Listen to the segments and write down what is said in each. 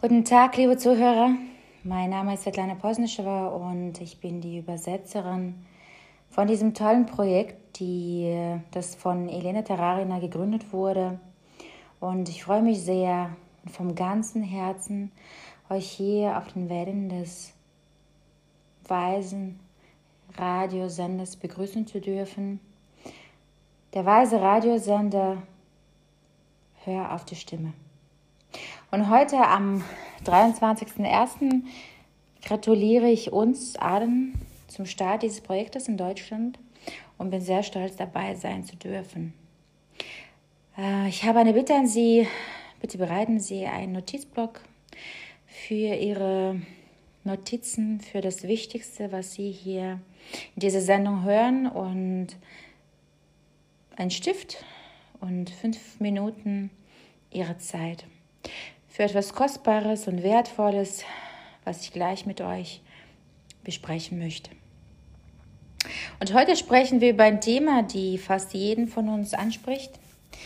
Guten Tag, liebe Zuhörer. Mein Name ist Svetlana Posnischewa und ich bin die Übersetzerin von diesem tollen Projekt, das von Elena Terrarina gegründet wurde. Und ich freue mich sehr vom ganzen Herzen, euch hier auf den Wellen des weisen Radiosenders begrüßen zu dürfen. Der weise Radiosender, hör auf die Stimme. Und heute am 23.01. gratuliere ich uns allen zum Start dieses Projektes in Deutschland und bin sehr stolz, dabei sein zu dürfen. Ich habe eine Bitte an Sie. Bitte bereiten Sie einen Notizblock für Ihre Notizen, für das Wichtigste, was Sie hier in dieser Sendung hören, und einen Stift und 5 Minuten Ihrer Zeit für etwas Kostbares und Wertvolles, was ich gleich mit euch besprechen möchte. Und heute sprechen wir über ein Thema, die fast jeden von uns anspricht.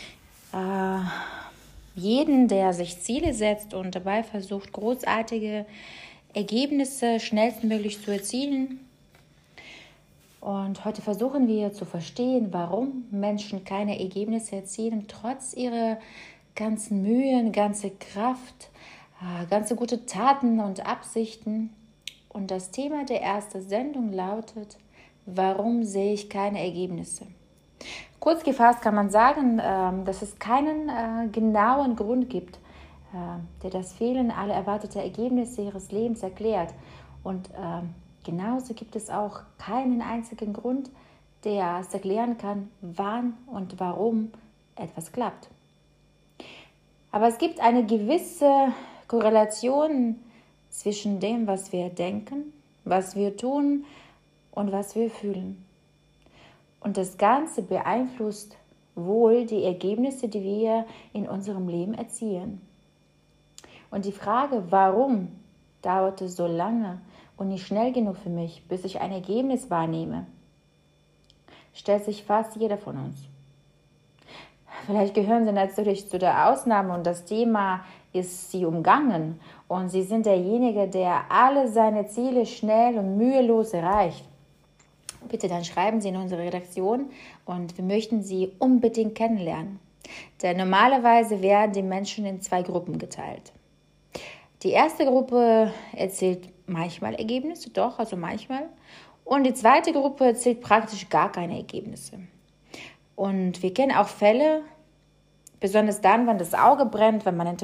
Jeden, der sich Ziele setzt und dabei versucht, großartige Ergebnisse schnellstmöglich zu erzielen. Und heute versuchen wir zu verstehen, warum Menschen keine Ergebnisse erzielen, trotz ihrer ganzen Mühen, ganze Kraft, ganze gute Taten und Absichten. Und das Thema der ersten Sendung lautet: Warum sehe ich keine Ergebnisse? Kurz gefasst kann man sagen, dass es keinen genauen Grund gibt, der das Fehlen aller erwarteter Ergebnisse ihres Lebens erklärt. Und genauso gibt es auch keinen einzigen Grund, der es erklären kann, wann und warum etwas klappt. Aber es gibt eine gewisse Korrelation zwischen dem, was wir denken, was wir tun und was wir fühlen. Und das Ganze beeinflusst wohl die Ergebnisse, die wir in unserem Leben erzielen. Und die Frage, warum dauerte so lange und nicht schnell genug für mich, bis ich ein Ergebnis wahrnehme, stellt sich fast jeder von uns. Vielleicht gehören Sie natürlich zu der Ausnahme und das Thema ist Sie umgangen und Sie sind derjenige, der alle seine Ziele schnell und mühelos erreicht. Bitte dann schreiben Sie in unsere Redaktion und wir möchten Sie unbedingt kennenlernen. Denn normalerweise werden die Menschen in 2 Gruppen geteilt. Die erste Gruppe erzielt manchmal Ergebnisse, also manchmal. Und die zweite Gruppe erzielt praktisch gar keine Ergebnisse. Und wir kennen auch Fälle, besonders dann, wenn das Auge brennt, wenn man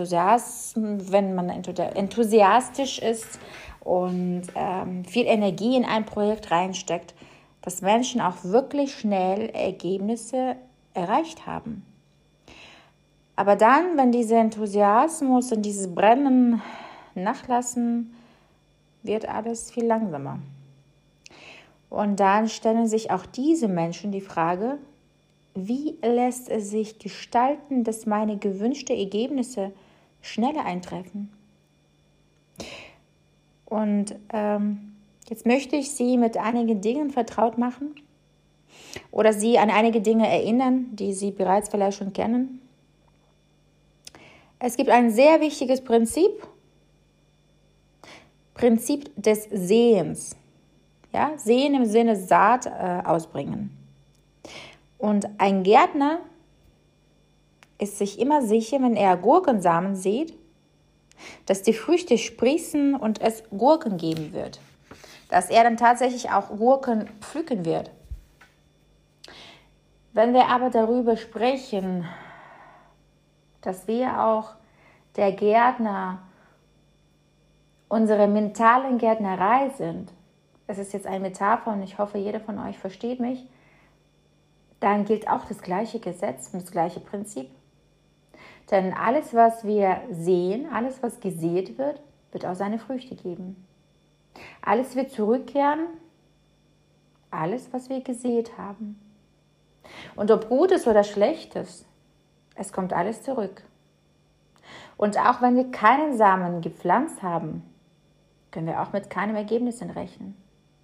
enthusiastisch ist und viel Energie in ein Projekt reinsteckt, dass Menschen auch wirklich schnell Ergebnisse erreicht haben. Aber dann, wenn dieser Enthusiasmus und dieses Brennen nachlassen, wird alles viel langsamer. Und dann stellen sich auch diese Menschen die Frage: Wie lässt es sich gestalten, dass meine gewünschten Ergebnisse schneller eintreffen? Und jetzt möchte ich Sie mit einigen Dingen vertraut machen oder Sie an einige Dinge erinnern, die Sie bereits vielleicht schon kennen. Es gibt ein sehr wichtiges Prinzip des Sehens. Ja? Sehen im Sinne Saat ausbringen. Und ein Gärtner ist sich immer sicher, wenn er Gurkensamen sieht, dass die Früchte sprießen und es Gurken geben wird. Dass er dann tatsächlich auch Gurken pflücken wird. Wenn wir aber darüber sprechen, dass wir auch der Gärtner unserer mentalen Gärtnerei sind, es ist jetzt eine Metapher und ich hoffe, jeder von euch versteht mich, dann gilt auch das gleiche Gesetz und das gleiche Prinzip. Denn alles, was wir sehen, alles, was gesät wird, wird auch seine Früchte geben. Alles wird zurückkehren, alles, was wir gesät haben. Und ob Gutes oder Schlechtes, es kommt alles zurück. Und auch wenn wir keinen Samen gepflanzt haben, können wir auch mit keinem Ergebnis rechnen.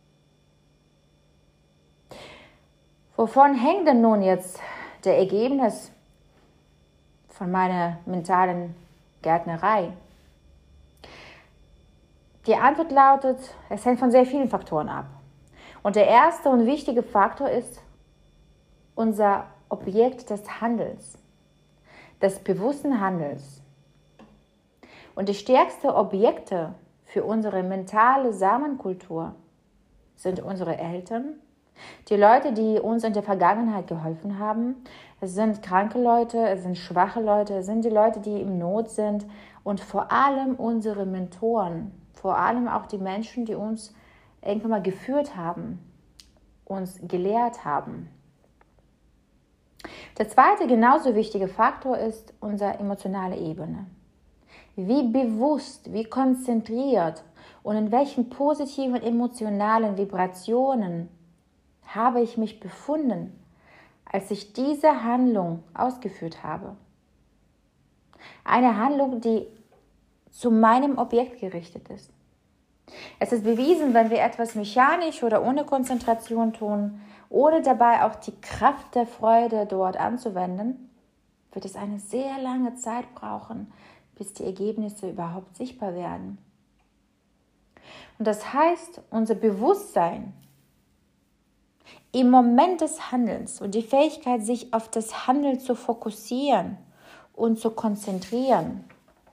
Wovon hängt denn nun jetzt der Ergebnis von meiner mentalen Gärtnerei? Die Antwort lautet, es hängt von sehr vielen Faktoren ab. Und der erste und wichtige Faktor ist unser Objekt des Handels, des bewussten Handels. Und die stärksten Objekte für unsere mentale Samenkultur sind unsere Eltern, die Leute, die uns in der Vergangenheit geholfen haben. Es sind kranke Leute, es sind schwache Leute, es sind die Leute, die im Not sind und vor allem unsere Mentoren, vor allem auch die Menschen, die uns irgendwann mal geführt haben, uns gelehrt haben. Der zweite genauso wichtige Faktor ist unsere emotionale Ebene. Wie bewusst, wie konzentriert und in welchen positiven emotionalen Vibrationen habe ich mich befunden, als ich diese Handlung ausgeführt habe. Eine Handlung, die zu meinem Objekt gerichtet ist. Es ist bewiesen, wenn wir etwas mechanisch oder ohne Konzentration tun, ohne dabei auch die Kraft der Freude dort anzuwenden, wird es eine sehr lange Zeit brauchen, bis die Ergebnisse überhaupt sichtbar werden. Und das heißt, unser Bewusstsein im Moment des Handelns und die Fähigkeit, sich auf das Handeln zu fokussieren und zu konzentrieren,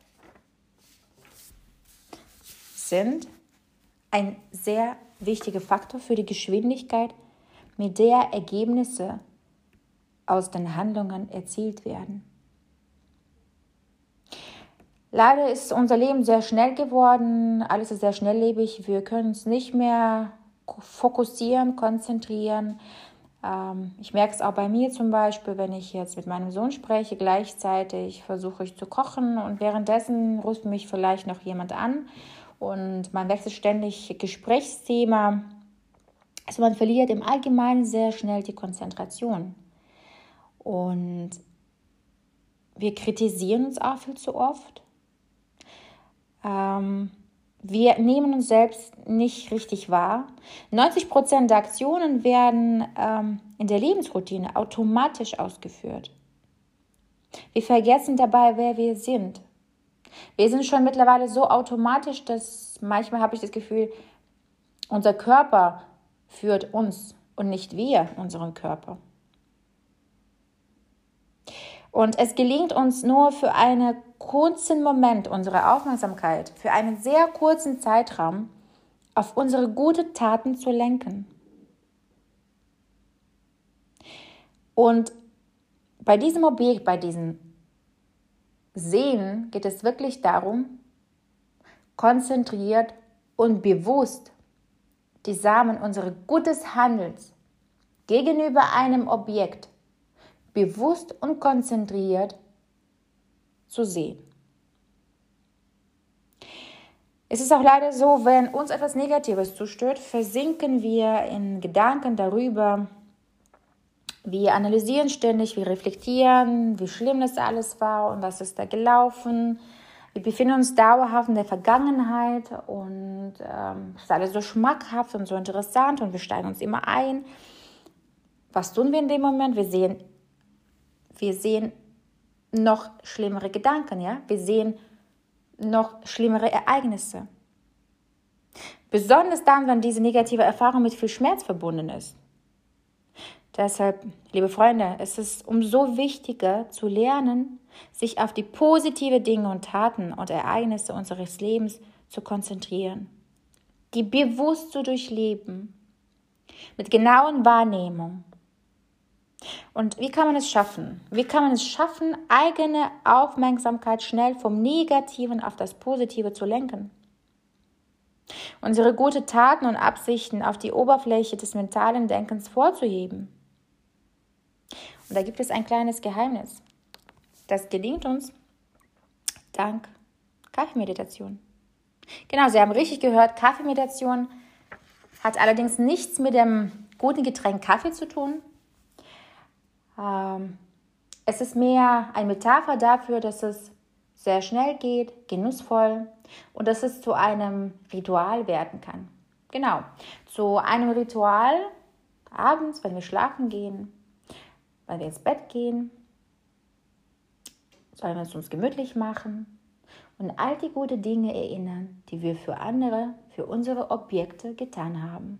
sind ein sehr wichtiger Faktor für die Geschwindigkeit, mit der Ergebnisse aus den Handlungen erzielt werden. Leider ist unser Leben sehr schnell geworden, alles ist sehr schnelllebig, wir können uns nicht mehr fokussieren, konzentrieren. Ich merke es auch bei mir zum Beispiel, wenn ich jetzt mit meinem Sohn spreche, gleichzeitig versuche ich zu kochen und währenddessen ruft mich vielleicht noch jemand an und man wechselt ständig Gesprächsthema. Also man verliert im Allgemeinen sehr schnell die Konzentration. Und wir kritisieren uns auch viel zu oft. Wir nehmen uns selbst nicht richtig wahr. 90% der Aktionen werden in der Lebensroutine automatisch ausgeführt. Wir vergessen dabei, wer wir sind. Wir sind schon mittlerweile so automatisch, dass manchmal habe ich das Gefühl, unser Körper führt uns und nicht wir unseren Körper. Und es gelingt uns nur für einen kurzen Moment unsere Aufmerksamkeit, für einen sehr kurzen Zeitraum auf unsere guten Taten zu lenken. Und bei diesem Objekt, bei diesem Sehen geht es wirklich darum, konzentriert und bewusst die Samen unseres gutes Handels gegenüber einem Objekt bewusst und konzentriert zu sehen. Es ist auch leider so, wenn uns etwas Negatives zustört, versinken wir in Gedanken darüber. Wir analysieren ständig, wir reflektieren, wie schlimm das alles war und was ist da gelaufen. Wir befinden uns dauerhaft in der Vergangenheit und es ist alles so schmackhaft und so interessant und wir steigen uns immer ein. Was tun wir in dem Moment? Wir sehen noch schlimmere Gedanken, ja? Wir sehen noch schlimmere Ereignisse. Besonders dann, wenn diese negative Erfahrung mit viel Schmerz verbunden ist. Deshalb, liebe Freunde, es ist umso wichtiger zu lernen, sich auf die positiven Dinge und Taten und Ereignisse unseres Lebens zu konzentrieren, die bewusst zu durchleben, mit genauen Wahrnehmung. Und wie kann man es schaffen? Wie kann man es schaffen, eigene Aufmerksamkeit schnell vom Negativen auf das Positive zu lenken? Unsere guten Taten und Absichten auf die Oberfläche des mentalen Denkens vorzuheben. Und da gibt es ein kleines Geheimnis. Das gelingt uns dank Kaffeemeditation. Genau, Sie haben richtig gehört, Kaffeemeditation hat allerdings nichts mit dem guten Getränk Kaffee zu tun. Es ist mehr eine Metapher dafür, dass es sehr schnell geht, genussvoll und dass es zu einem Ritual werden kann. Genau, zu einem Ritual abends, wenn wir schlafen gehen, wenn wir ins Bett gehen, sollen wir es uns gemütlich machen und all die guten Dinge erinnern, die wir für andere, für unsere Objekte getan haben.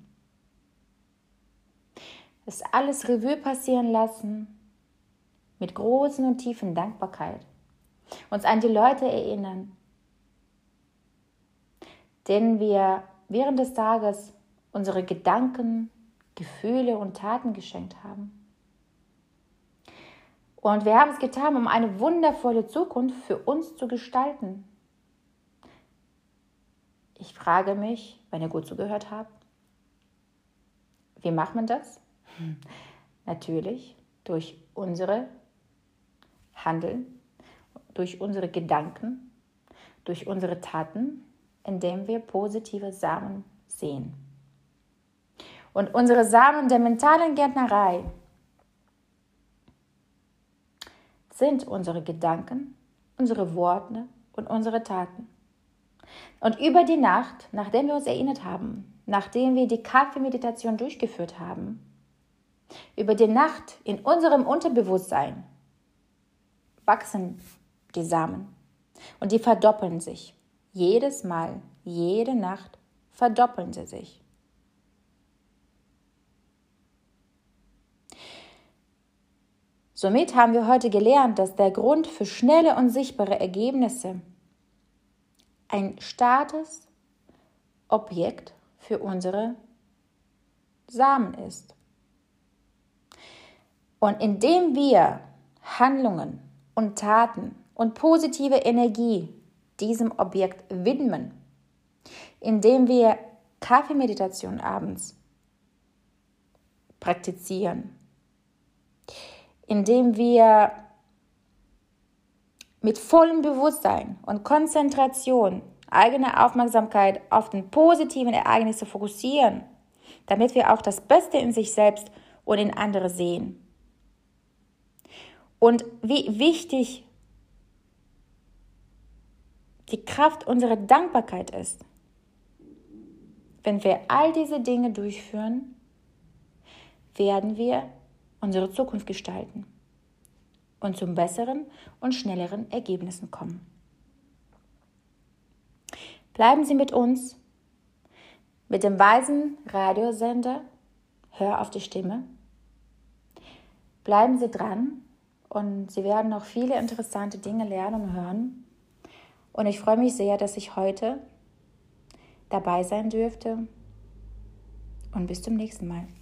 Das alles Revue passieren lassen, mit großen und tiefen Dankbarkeit. Uns an die Leute erinnern, denen wir während des Tages unsere Gedanken, Gefühle und Taten geschenkt haben. Und wir haben es getan, um eine wundervolle Zukunft für uns zu gestalten. Ich frage mich, wenn ihr gut zugehört habt, wie macht man das? Natürlich durch unsere Handeln, durch unsere Gedanken, durch unsere Taten, indem wir positive Samen sehen. Und unsere Samen der mentalen Gärtnerei sind unsere Gedanken, unsere Worte und unsere Taten. Und über die Nacht, nachdem wir uns erinnert haben, nachdem wir die Kaffeemeditation durchgeführt haben, über die Nacht in unserem Unterbewusstsein wachsen die Samen und die verdoppeln sich. Jedes Mal, jede Nacht verdoppeln sie sich. Somit haben wir heute gelernt, dass der Grund für schnelle und sichtbare Ergebnisse ein starkes Objekt für unsere Samen ist. Und indem wir Handlungen und Taten und positive Energie diesem Objekt widmen, indem wir Kaffeemeditation abends praktizieren, indem wir mit vollem Bewusstsein und Konzentration eigene Aufmerksamkeit auf den positiven Ereignisse fokussieren, damit wir auch das Beste in sich selbst und in andere sehen. Und wie wichtig die Kraft unserer Dankbarkeit ist. Wenn wir all diese Dinge durchführen, werden wir unsere Zukunft gestalten und zum besseren und schnelleren Ergebnissen kommen. Bleiben Sie mit uns, mit dem weisen Radiosender Hör auf die Stimme. Bleiben Sie dran und Sie werden noch viele interessante Dinge lernen und hören. Und ich freue mich sehr, dass ich heute dabei sein dürfte. Und bis zum nächsten Mal.